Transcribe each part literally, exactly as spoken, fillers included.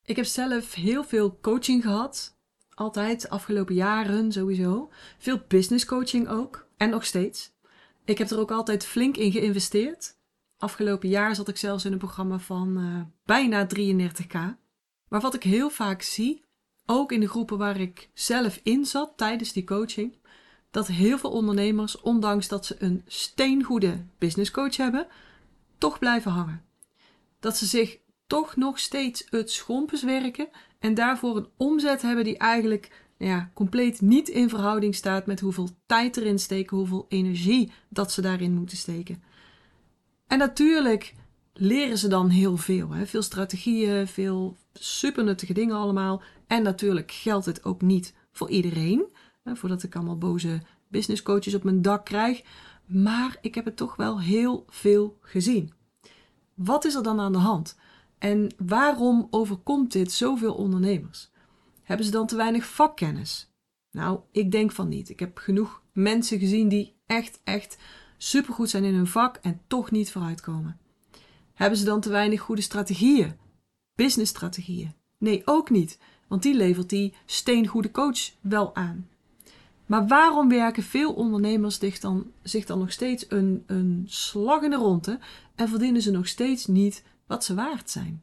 Ik heb zelf heel veel coaching gehad. Altijd, de afgelopen jaren sowieso. Veel business coaching ook. En nog steeds. Ik heb er ook altijd flink in geïnvesteerd. Afgelopen jaar zat ik zelfs in een programma van uh, bijna drieëndertig k. Maar wat ik heel vaak zie, ook in de groepen waar ik zelf in zat tijdens die coaching, dat heel veel ondernemers, ondanks dat ze een steengoede business coach hebben, toch blijven hangen. Dat ze zich toch nog steeds het schompens werken en daarvoor een omzet hebben die eigenlijk nou ja, compleet niet in verhouding staat met hoeveel tijd erin steken, hoeveel energie dat ze daarin moeten steken. En natuurlijk leren ze dan heel veel. Hè? Veel strategieën, veel supernuttige dingen allemaal. En natuurlijk geldt het ook niet voor iedereen. Hè? Voordat ik allemaal boze business coaches op mijn dak krijg. Maar ik heb het toch wel heel veel gezien. Wat is er dan aan de hand? En waarom overkomt dit zoveel ondernemers? Hebben ze dan te weinig vakkennis? Nou, ik denk van niet. Ik heb genoeg mensen gezien die echt, echt supergoed zijn in hun vak en toch niet vooruitkomen. Hebben ze dan te weinig goede strategieën? Businessstrategieën? Nee, ook niet. Want die levert die steengoede coach wel aan. Maar waarom werken veel ondernemers zich dan, zich dan nog steeds een, een slag in de ronde en verdienen ze nog steeds niet wat ze waard zijn?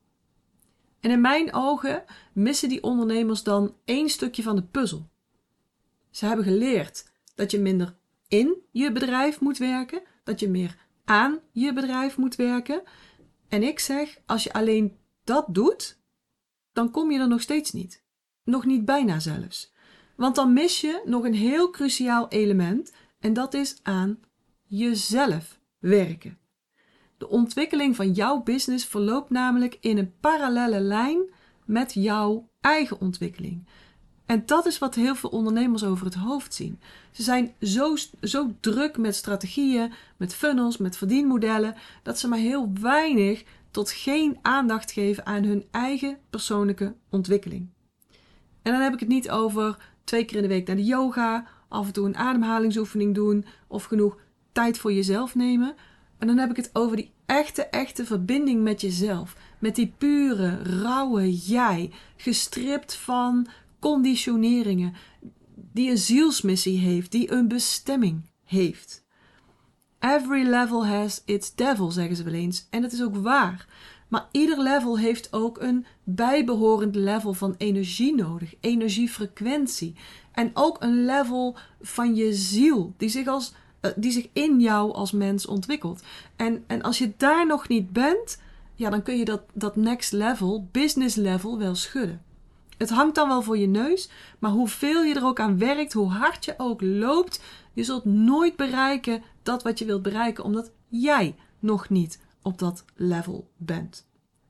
En in mijn ogen missen die ondernemers dan één stukje van de puzzel. Ze hebben geleerd dat je minder in je bedrijf moet werken, dat je meer aan je bedrijf moet werken. En ik zeg, als je alleen dat doet, dan kom je er nog steeds niet. Nog niet bijna zelfs. Want dan mis je nog een heel cruciaal element en dat is aan jezelf werken. De ontwikkeling van jouw business verloopt namelijk in een parallelle lijn met jouw eigen ontwikkeling. En dat is wat heel veel ondernemers over het hoofd zien. Ze zijn zo, zo druk met strategieën, met funnels, met verdienmodellen, dat ze maar heel weinig tot geen aandacht geven aan hun eigen persoonlijke ontwikkeling. En dan heb ik het niet over twee keer in de week naar de yoga, af en toe een ademhalingsoefening doen of genoeg tijd voor jezelf nemen. En dan heb ik het over die echte, echte verbinding met jezelf. Met die pure, rauwe jij, gestript van conditioneringen, die een zielsmissie heeft, die een bestemming heeft. Every level has its devil, zeggen ze wel eens. En dat is ook waar. Maar ieder level heeft ook een bijbehorend level van energie nodig. Energiefrequentie. En ook een level van je ziel. Die zich, als, uh, die zich in jou als mens ontwikkelt. En, en als je daar nog niet bent, ja, dan kun je dat, dat next level, business level, wel schudden. Het hangt dan wel voor je neus. Maar hoeveel je er ook aan werkt, hoe hard je ook loopt, je zult nooit bereiken dat wat je wilt bereiken. Omdat jij nog niet op dat level bent.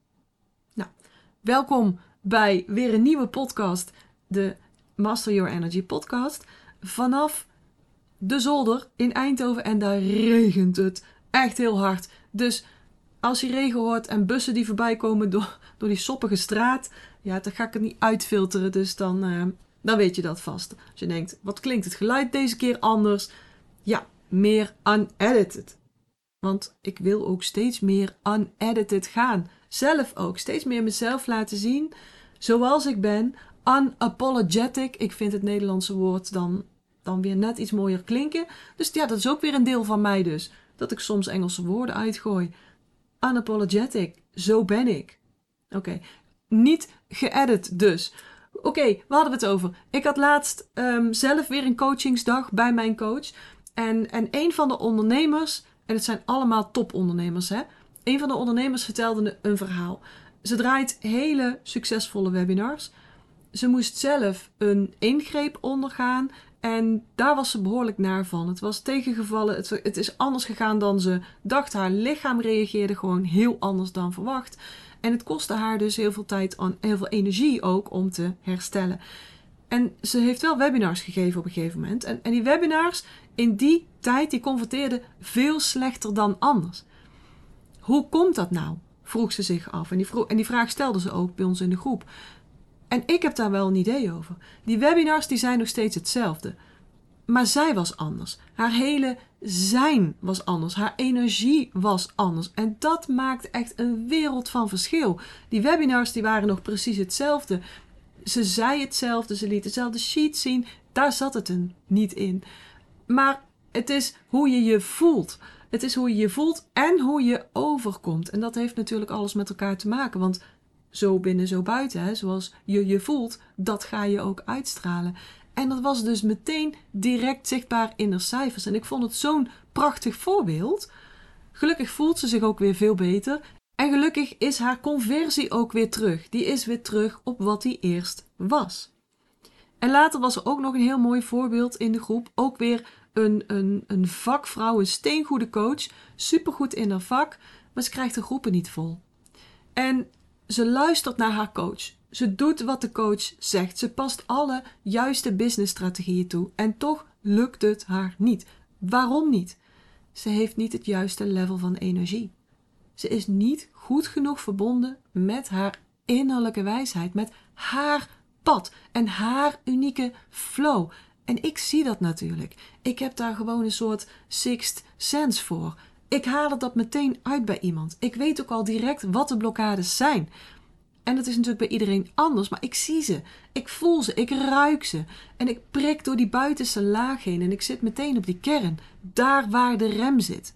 Nou, welkom bij weer een nieuwe podcast, de Master Your Energy podcast, vanaf de zolder in Eindhoven en daar regent het echt heel hard. Dus als je regen hoort en bussen die voorbij komen door, door die soppige straat, ja, dan ga ik het niet uitfilteren, dus dan, uh, dan weet je dat vast. Als je denkt, wat klinkt het geluid deze keer anders? Ja, meer unedited. Want ik wil ook steeds meer unedited gaan. Zelf ook. Steeds meer mezelf laten zien. Zoals ik ben. Unapologetic. Ik vind het Nederlandse woord dan, dan weer net iets mooier klinken. Dus ja, dat is ook weer een deel van mij dus. Dat ik soms Engelse woorden uitgooi. Unapologetic. Zo ben ik. Oké. Okay. Niet geëdit dus. Oké, okay, waar hadden we het over? Ik had laatst um, zelf weer een coachingsdag bij mijn coach. En, en een van de ondernemers... En het zijn allemaal topondernemers, hè. Een van de ondernemers vertelde een verhaal. Ze draait hele succesvolle webinars. Ze moest zelf een ingreep ondergaan. En daar was ze behoorlijk naar van. Het was tegengevallen. Het, het is anders gegaan dan ze dacht. Haar lichaam reageerde gewoon heel anders dan verwacht. En het kostte haar dus heel veel tijd en heel veel energie ook om te herstellen. En ze heeft wel webinars gegeven op een gegeven moment. En, en die webinars in die tijd, die converteerden veel slechter dan anders. Hoe komt dat nou? Vroeg ze zich af. En die, vroeg, en die vraag stelde ze ook bij ons in de groep. En ik heb daar wel een idee over. Die webinars die zijn nog steeds hetzelfde. Maar zij was anders. Haar hele zijn was anders. Haar energie was anders. En dat maakt echt een wereld van verschil. Die webinars die waren nog precies hetzelfde. Ze zei hetzelfde, ze liet dezelfde sheet zien. Daar zat het een niet in. Maar het is hoe je je voelt. Het is hoe je je voelt en hoe je overkomt. En dat heeft natuurlijk alles met elkaar te maken. Want zo binnen, zo buiten, hè, zoals je je voelt, dat ga je ook uitstralen. En dat was dus meteen direct zichtbaar in haar cijfers. En ik vond het zo'n prachtig voorbeeld. Gelukkig voelt ze zich ook weer veel beter. En gelukkig is haar conversie ook weer terug. Die is weer terug op wat die eerst was. En later was er ook nog een heel mooi voorbeeld in de groep. Ook weer een, een, een vakvrouw, een steengoede coach. Supergoed in haar vak, maar ze krijgt de groepen niet vol. En ze luistert naar haar coach. Ze doet wat de coach zegt. Ze past alle juiste businessstrategieën toe. En toch lukt het haar niet. Waarom niet? Ze heeft niet het juiste level van energie. Ze is niet goed genoeg verbonden met haar innerlijke wijsheid. Met haar pad en haar unieke flow. En ik zie dat natuurlijk. Ik heb daar gewoon een soort sixth sense voor. Ik haal dat meteen uit bij iemand. Ik weet ook al direct wat de blokkades zijn. En dat is natuurlijk bij iedereen anders, maar ik zie ze. Ik voel ze, ik ruik ze. En ik prik door die buitenste laag heen en ik zit meteen op die kern. Daar waar de rem zit.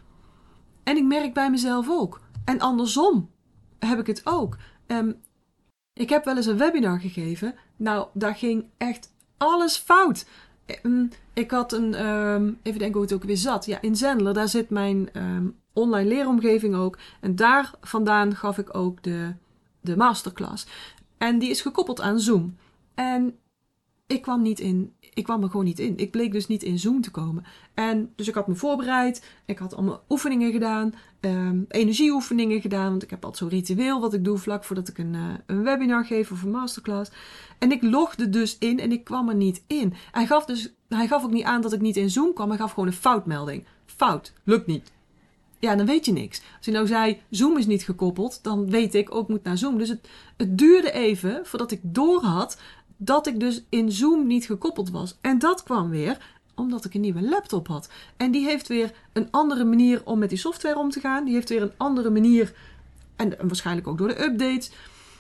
En ik merk bij mezelf ook. En andersom heb ik het ook. Um, ik heb wel eens een webinar gegeven. Nou, daar ging echt alles fout. Um, ik had een, um, even denken hoe het ook weer zat. Ja, in Zenler, daar zit mijn um, online leeromgeving ook. En daar vandaan gaf ik ook de, de masterclass. En die is gekoppeld aan Zoom. En ik kwam niet in, ik kwam er gewoon niet in. Ik bleek dus niet in Zoom te komen. En dus ik had me voorbereid. Ik had allemaal oefeningen gedaan. Um, energieoefeningen gedaan. Want ik heb altijd zo'n ritueel wat ik doe vlak voordat ik een, uh, een webinar geef of een masterclass. En ik logde dus in en ik kwam er niet in. Hij gaf, dus, hij gaf ook niet aan dat ik niet in Zoom kwam. Hij gaf gewoon een foutmelding. Fout. Lukt niet. Ja, dan weet je niks. Als hij nou zei, Zoom is niet gekoppeld, dan weet ik, ook moet naar Zoom. Dus het, het duurde even voordat ik doorhad dat ik dus in Zoom niet gekoppeld was. En dat kwam weer omdat ik een nieuwe laptop had. En die heeft weer een andere manier om met die software om te gaan. Die heeft weer een andere manier, en, en waarschijnlijk ook door de updates.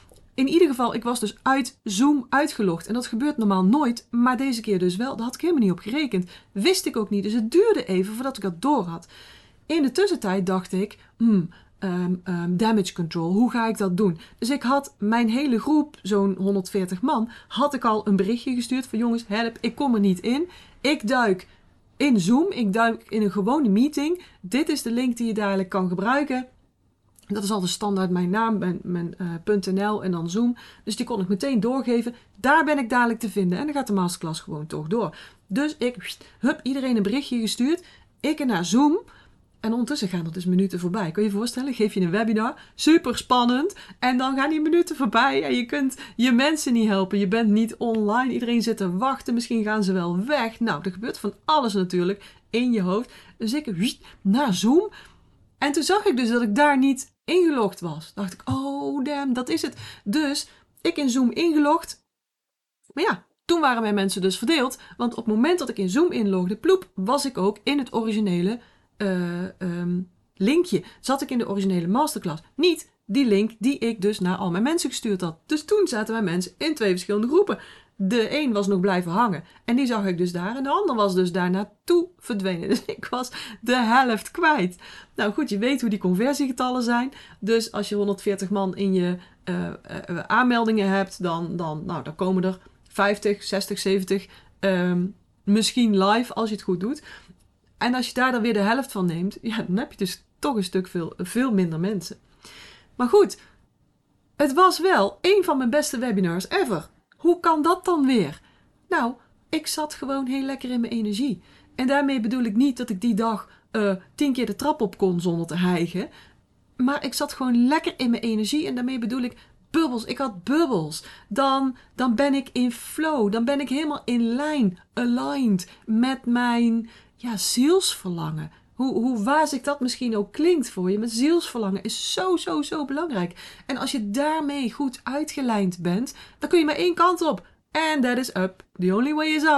In ieder geval, ik was dus uit Zoom uitgelogd. En dat gebeurt normaal nooit, maar deze keer dus wel. Daar had ik helemaal niet op gerekend. Wist ik ook niet, dus het duurde even voordat ik dat door had. In de tussentijd dacht ik, hmm, um, um, damage control, hoe ga ik dat doen? Dus ik had mijn hele groep, zo'n honderdveertig man, had ik al een berichtje gestuurd van jongens, help, ik kom er niet in. Ik duik in Zoom, ik duik in een gewone meeting. Dit is de link die je dadelijk kan gebruiken. Dat is al de standaard mijn naam, mijn, mijn uh, .nl en dan Zoom. Dus die kon ik meteen doorgeven. Daar ben ik dadelijk te vinden. En dan gaat de masterclass gewoon toch door. Dus ik, hup, iedereen een berichtje gestuurd. Ik naar Zoom. En ondertussen gaan er dus minuten voorbij. Kun je je voorstellen? Geef je een webinar. Super spannend. En dan gaan die minuten voorbij. En je kunt je mensen niet helpen. Je bent niet online. Iedereen zit te wachten. Misschien gaan ze wel weg. Nou, er gebeurt van alles natuurlijk in je hoofd. Dus ik naar Zoom. En toen zag ik dus dat ik daar niet ingelogd was. Dacht ik, oh damn, dat is het. Dus ik in Zoom ingelogd. Maar ja, toen waren mijn mensen dus verdeeld. Want op het moment dat ik in Zoom inlogde, ploep, was ik ook in het originele uh, um, linkje. Zat ik in de originele masterclass. Niet die link die ik dus naar al mijn mensen gestuurd had. Dus toen zaten mijn mensen in twee verschillende groepen. De een was nog blijven hangen. En die zag ik dus daar. En de ander was dus daar naartoe verdwenen. Dus ik was de helft kwijt. Nou goed, je weet hoe die conversiegetallen zijn. Dus als je honderdveertig man in je uh, uh, aanmeldingen hebt, dan, dan, nou, dan komen er vijftig, zestig, zeventig um, misschien live als je het goed doet. En als je daar dan weer de helft van neemt, ja, dan heb je dus toch een stuk veel, veel minder mensen. Maar goed, het was wel een van mijn beste webinars ever. Hoe kan dat dan weer? Nou, ik zat gewoon heel lekker in mijn energie. En daarmee bedoel ik niet dat ik die dag uh, tien keer de trap op kon zonder te hijgen. Maar ik zat gewoon lekker in mijn energie. En daarmee bedoel ik bubbels. Ik had bubbels. Dan, dan ben ik in flow. Dan ben ik helemaal in lijn, aligned met mijn ja, zielsverlangen. Hoe, hoe wazig dat misschien ook klinkt voor je. Maar zielsverlangen is zo, zo, zo belangrijk. En als je daarmee goed uitgelijnd bent, dan kun je maar één kant op. And that is up. The only way is up.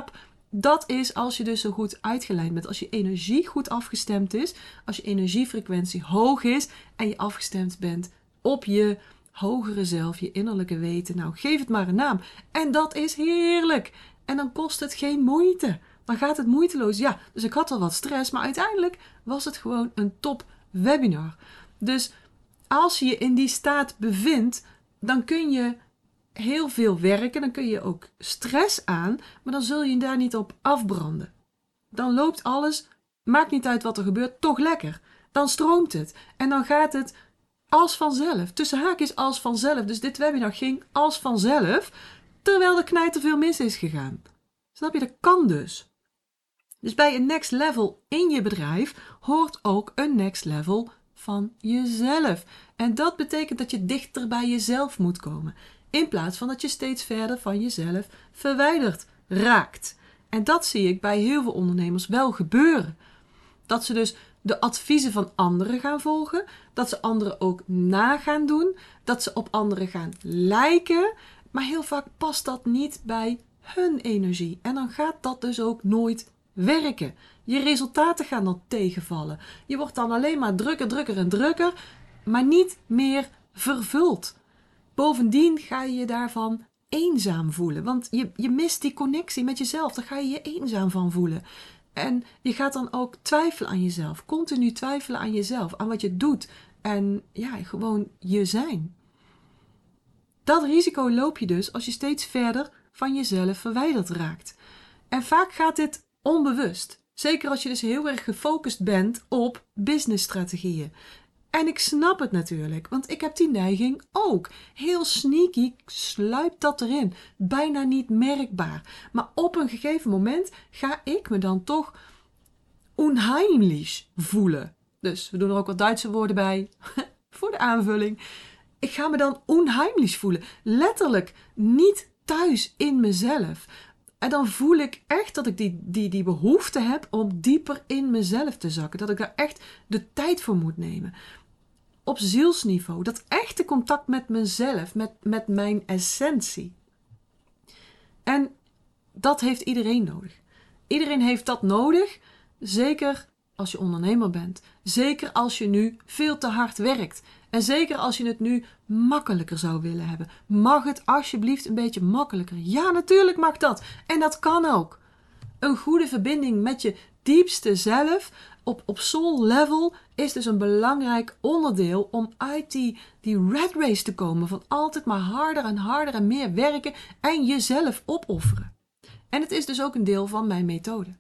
dat is als je dus zo goed uitgelijnd bent. Als je energie goed afgestemd is. Als je energiefrequentie hoog is. En je afgestemd bent op je hogere zelf. Je innerlijke weten. Nou, geef het maar een naam. En dat is heerlijk. En dan kost het geen moeite. Dan gaat het moeiteloos. Ja, dus ik had al wat stress. Maar uiteindelijk was het gewoon een top webinar. Dus als je je in die staat bevindt. Dan kun je heel veel werken. Dan kun je ook stress aan. Maar dan zul je daar niet op afbranden. Dan loopt alles, maakt niet uit wat er gebeurt, toch lekker. Dan stroomt het. En dan gaat het als vanzelf. Tussen haakjes als vanzelf. Dus dit webinar ging als vanzelf. Terwijl er knijterveel mis is gegaan. Snap je? Dat kan dus. Dus bij een next level in je bedrijf hoort ook een next level van jezelf. En dat betekent dat je dichter bij jezelf moet komen. In plaats van dat je steeds verder van jezelf verwijderd raakt. En dat zie ik bij heel veel ondernemers wel gebeuren. Dat ze dus de adviezen van anderen gaan volgen. Dat ze anderen ook na gaan doen. Dat ze op anderen gaan lijken. Maar heel vaak past dat niet bij hun energie. En dan gaat dat dus ook nooit werken. Je resultaten gaan dan tegenvallen. Je wordt dan alleen maar drukker, drukker en drukker. Maar niet meer vervuld. Bovendien ga je je daarvan eenzaam voelen. Want je, je mist die connectie met jezelf. Daar ga je je eenzaam van voelen. En je gaat dan ook twijfelen aan jezelf. Continu twijfelen aan jezelf. Aan wat je doet. En ja, gewoon je zijn. Dat risico loop je dus als je steeds verder van jezelf verwijderd raakt. En vaak gaat dit onbewust. Zeker als je dus heel erg gefocust bent op businessstrategieën. En ik snap het natuurlijk, want ik heb die neiging ook. Heel sneaky sluipt dat erin. Bijna niet merkbaar. Maar op een gegeven moment ga ik me dan toch unheimlich voelen. Dus we doen er ook wat Duitse woorden bij. Voor de aanvulling. Ik ga me dan unheimlich voelen. Letterlijk niet thuis in mezelf. En dan voel ik echt dat ik die, die, die behoefte heb om dieper in mezelf te zakken. Dat ik daar echt de tijd voor moet nemen. Op zielsniveau. Dat echte contact met mezelf. Met, met mijn essentie. En dat heeft iedereen nodig. Iedereen heeft dat nodig. Zeker als je ondernemer bent. Zeker als je nu veel te hard werkt. En zeker als je het nu makkelijker zou willen hebben. Mag het alsjeblieft een beetje makkelijker? Ja, natuurlijk mag dat. En dat kan ook. Een goede verbinding met je diepste zelf op, op soul level is dus een belangrijk onderdeel om uit die, die rat race te komen. Van altijd maar harder en harder en meer werken en jezelf opofferen. En het is dus ook een deel van mijn methode.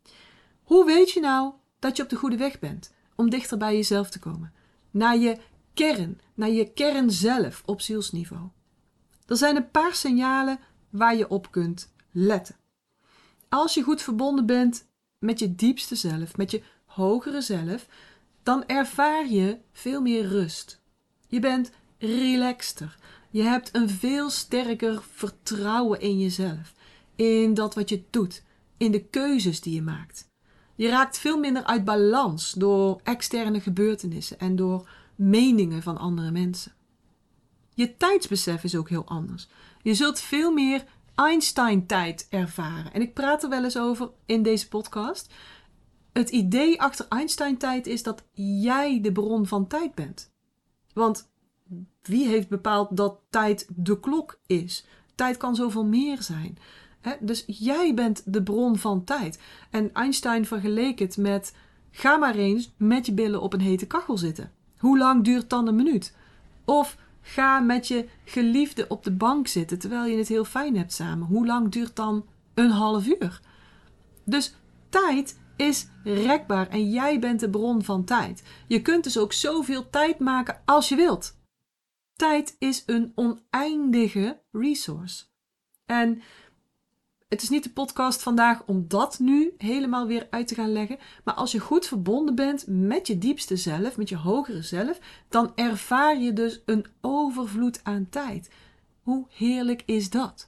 Hoe weet je nou dat je op de goede weg bent om dichter bij jezelf te komen? Naar je kern, naar je kern zelf op zielsniveau. Er zijn een paar signalen waar je op kunt letten. Als je goed verbonden bent met je diepste zelf, met je hogere zelf, dan ervaar je veel meer rust. Je bent relaxter. Je hebt een veel sterker vertrouwen in jezelf, in dat wat je doet, in de keuzes die je maakt. Je raakt veel minder uit balans door externe gebeurtenissen en door meningen van andere mensen. Je tijdsbesef is ook heel anders. Je zult veel meer Einstein-tijd ervaren. En ik praat er wel eens over in deze podcast. Het idee achter Einstein-tijd is dat jij de bron van tijd bent. Want wie heeft bepaald dat tijd de klok is? Tijd kan zoveel meer zijn. He, dus jij bent de bron van tijd. En Einstein vergeleek het met: ga maar eens met je billen op een hete kachel zitten. Hoe lang duurt dan een minuut? Of ga met je geliefde op de bank zitten terwijl je het heel fijn hebt samen. Hoe lang duurt dan een half uur? Dus tijd is rekbaar en jij bent de bron van tijd. Je kunt dus ook zoveel tijd maken als je wilt. Tijd is een oneindige resource. En het is niet de podcast vandaag om dat nu helemaal weer uit te gaan leggen. Maar als je goed verbonden bent met je diepste zelf, met je hogere zelf, dan ervaar je dus een overvloed aan tijd. Hoe heerlijk is dat?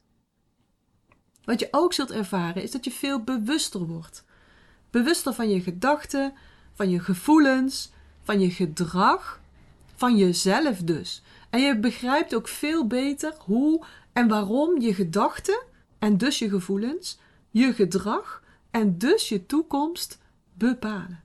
Wat je ook zult ervaren is dat je veel bewuster wordt. Bewuster van je gedachten, van je gevoelens, van je gedrag, van jezelf dus. En je begrijpt ook veel beter hoe en waarom je gedachten en dus je gevoelens je gedrag en dus je toekomst bepalen.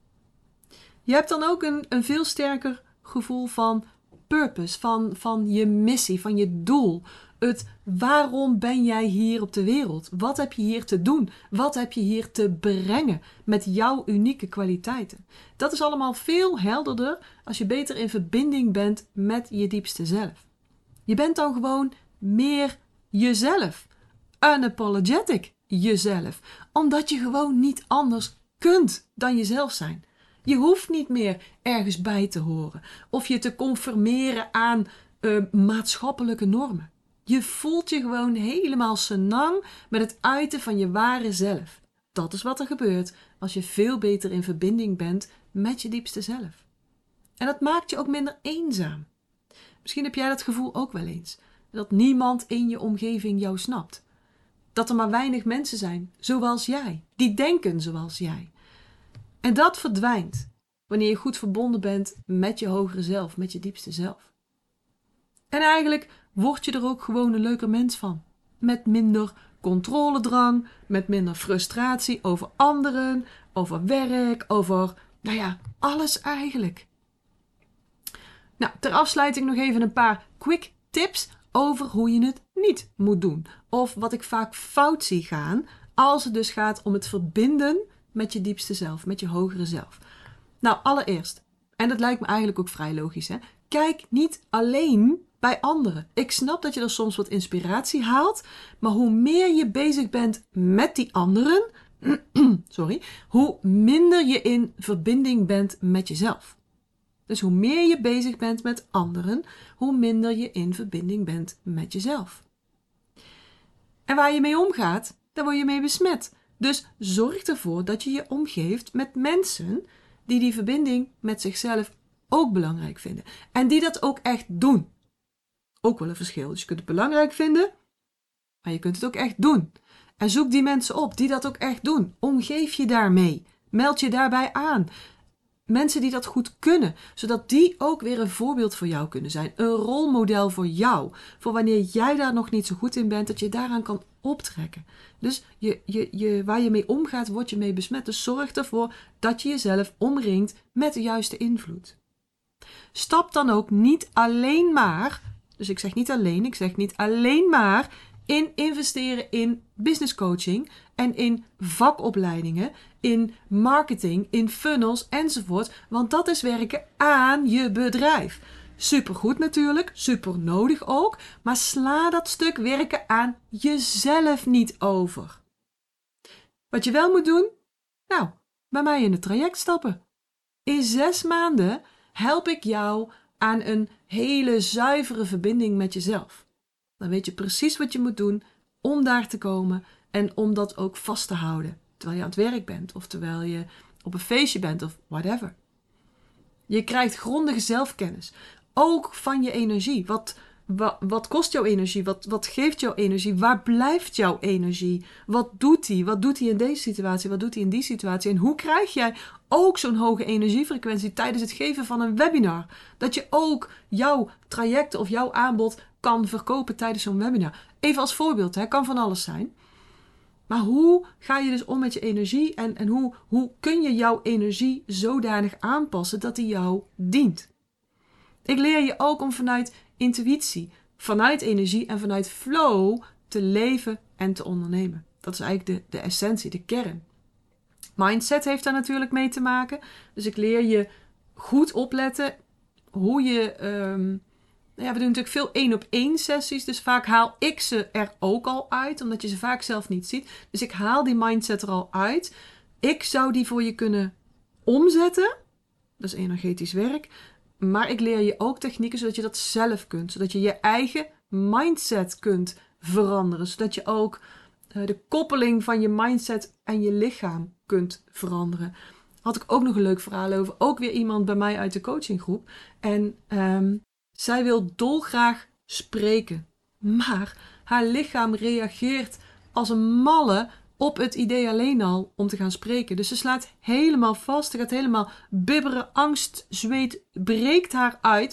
Je hebt dan ook een, een veel sterker gevoel van purpose, van, van je missie, van je doel. Het waarom ben jij hier op de wereld? Wat heb je hier te doen? Wat heb je hier te brengen met jouw unieke kwaliteiten? Dat is allemaal veel helderder als je beter in verbinding bent met je diepste zelf. Je bent dan gewoon meer jezelf. Unapologetic jezelf. Omdat je gewoon niet anders kunt dan jezelf zijn. Je hoeft niet meer ergens bij te horen of je te conformeren aan uh, maatschappelijke normen. Je voelt je gewoon helemaal senang met het uiten van je ware zelf. Dat is wat er gebeurt als je veel beter in verbinding bent met je diepste zelf. En dat maakt je ook minder eenzaam. Misschien heb jij dat gevoel ook wel eens. Dat niemand in je omgeving jou snapt. Dat er maar weinig mensen zijn, zoals jij, die denken zoals jij. En dat verdwijnt wanneer je goed verbonden bent met je hogere zelf, met je diepste zelf. En eigenlijk word je er ook gewoon een leuker mens van. Met minder controledrang, met minder frustratie over anderen, over werk, over, nou ja, alles eigenlijk. Nou, ter afsluiting nog even een paar quick tips over hoe je het niet moet doen. Of wat ik vaak fout zie gaan, als het dus gaat om het verbinden met je diepste zelf, met je hogere zelf. Nou, allereerst, en dat lijkt me eigenlijk ook vrij logisch, hè? Kijk niet alleen bij anderen. Ik snap dat je er soms wat inspiratie haalt, maar hoe meer je bezig bent met die anderen, sorry, hoe minder je in verbinding bent met jezelf. Dus hoe meer je bezig bent met anderen, hoe minder je in verbinding bent met jezelf. En waar je mee omgaat, daar word je mee besmet. Dus zorg ervoor dat je je omgeeft met mensen die die verbinding met zichzelf ook belangrijk vinden. En die dat ook echt doen. Ook wel een verschil. Dus je kunt het belangrijk vinden, maar je kunt het ook echt doen. En zoek die mensen op die dat ook echt doen. Omgeef je daarmee. Meld je daarbij aan. Mensen die dat goed kunnen, zodat die ook weer een voorbeeld voor jou kunnen zijn. Een rolmodel voor jou. Voor wanneer jij daar nog niet zo goed in bent, dat je daaraan kan optrekken. Dus je, je, je, waar je mee omgaat, word je mee besmet. Dus zorg ervoor dat je jezelf omringt met de juiste invloed. Stap dan ook niet alleen maar, dus ik zeg niet alleen, ik zeg niet alleen maar in investeren in business coaching en in vakopleidingen, in marketing, in funnels enzovoort. Want dat is werken aan je bedrijf. Supergoed natuurlijk, super nodig ook, maar sla dat stuk werken aan jezelf niet over. Wat je wel moet doen? Nou, bij mij in het traject stappen. In zes maanden help ik jou aan een hele zuivere verbinding met jezelf. Dan weet je precies wat je moet doen om daar te komen en om dat ook vast te houden. Terwijl je aan het werk bent of terwijl je op een feestje bent of whatever. Je krijgt grondige zelfkennis. Ook van je energie. Wat, wat, wat kost jouw energie? Wat, wat geeft jouw energie? Waar blijft jouw energie? Wat doet die? Wat doet hij in deze situatie? Wat doet hij in die situatie? En hoe krijg jij ook zo'n hoge energiefrequentie tijdens het geven van een webinar? Dat je ook jouw traject of jouw aanbod kan verkopen tijdens zo'n webinar. Even als voorbeeld, hè, kan van alles zijn. Maar hoe ga je dus om met je energie en, en hoe, hoe kun je jouw energie zodanig aanpassen dat die jou dient? Ik leer je ook om vanuit intuïtie, vanuit energie en vanuit flow te leven en te ondernemen. Dat is eigenlijk de, de essentie, de kern. Mindset heeft daar natuurlijk mee te maken. Dus ik leer je goed opletten hoe je... Um, Ja, we doen natuurlijk veel één op één sessies, dus vaak haal ik ze er ook al uit, omdat je ze vaak zelf niet ziet. Dus ik haal die mindset er al uit. Ik zou die voor je kunnen omzetten, dat is energetisch werk, maar ik leer je ook technieken zodat je dat zelf kunt, zodat je je eigen mindset kunt veranderen, zodat je ook uh, de koppeling van je mindset en je lichaam kunt veranderen. Had ik ook nog een leuk verhaal over, ook weer iemand bij mij uit de coachinggroep en... Um, Zij wil dolgraag spreken, maar haar lichaam reageert als een malle op het idee alleen al om te gaan spreken. Dus ze slaat helemaal vast, ze gaat helemaal bibberen, angst, zweet breekt haar uit.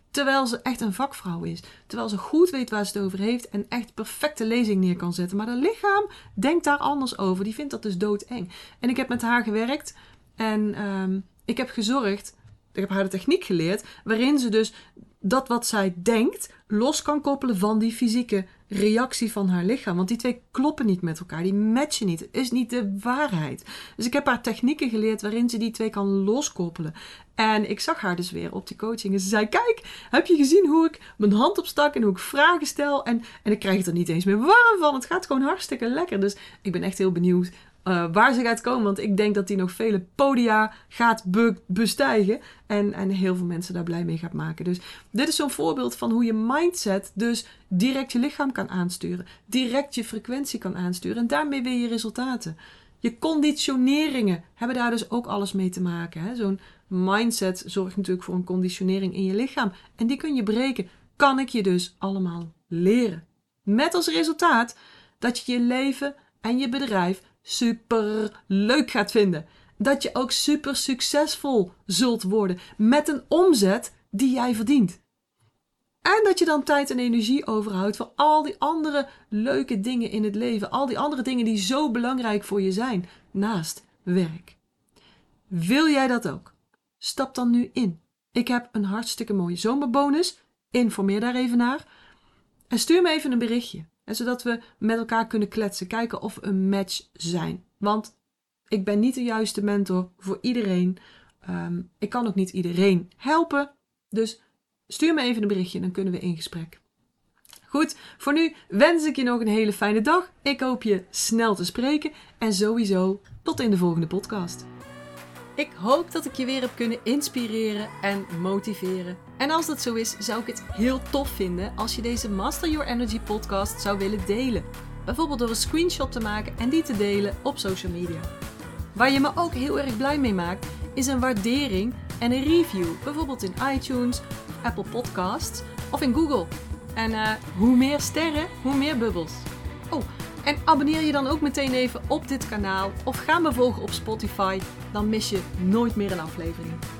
Terwijl ze echt een vakvrouw is. Terwijl ze goed weet waar ze het over heeft en echt perfecte lezing neer kan zetten. Maar haar lichaam denkt daar anders over. Die vindt dat dus doodeng. En ik heb met haar gewerkt en um, ik heb gezorgd, ik heb haar de techniek geleerd, waarin ze dus dat wat zij denkt los kan koppelen van die fysieke reactie van haar lichaam. Want die twee kloppen niet met elkaar. Die matchen niet. Het is niet de waarheid. Dus ik heb haar technieken geleerd waarin ze die twee kan loskoppelen. En ik zag haar dus weer op die coaching. En ze zei, kijk, heb je gezien hoe ik mijn hand opstak en hoe ik vragen stel? En, en ik krijg het er niet eens meer warm van. Het gaat gewoon hartstikke lekker. Dus ik ben echt heel benieuwd Uh, waar ze gaat komen. Want ik denk dat die nog vele podia gaat be- bestijgen. En, en heel veel mensen daar blij mee gaat maken. Dus dit is zo'n voorbeeld van hoe je mindset dus direct je lichaam kan aansturen. Direct je frequentie kan aansturen. En daarmee weer je resultaten. Je conditioneringen hebben daar dus ook alles mee te maken. Hè? Zo'n mindset zorgt natuurlijk voor een conditionering in je lichaam. En die kun je breken. Kan ik je dus allemaal leren. Met als resultaat dat je je leven en je bedrijf super leuk gaat vinden. Dat je ook super succesvol zult worden met een omzet die jij verdient. En dat je dan tijd en energie overhoudt voor al die andere leuke dingen in het leven. Al die andere dingen die zo belangrijk voor je zijn naast werk. Wil jij dat ook? Stap dan nu in. Ik heb een hartstikke mooie zomerbonus. Informeer daar even naar. En stuur me even een berichtje. En zodat we met elkaar kunnen kletsen. Kijken of we een match zijn. Want ik ben niet de juiste mentor voor iedereen. Um, ik kan ook niet iedereen helpen. Dus stuur me even een berichtje. Dan kunnen we in gesprek. Goed, voor nu wens ik je nog een hele fijne dag. Ik hoop je snel te spreken. En sowieso tot in de volgende podcast. Ik hoop dat ik je weer heb kunnen inspireren en motiveren. En als dat zo is, zou ik het heel tof vinden als je deze Master Your Energy podcast zou willen delen. Bijvoorbeeld door een screenshot te maken en die te delen op social media. Waar je me ook heel erg blij mee maakt, is een waardering en een review. Bijvoorbeeld in iTunes, Apple Podcasts of in Google. En uh, hoe meer sterren, hoe meer bubbels. Oh, en abonneer je dan ook meteen even op dit kanaal of ga me volgen op Spotify. Dan mis je nooit meer een aflevering.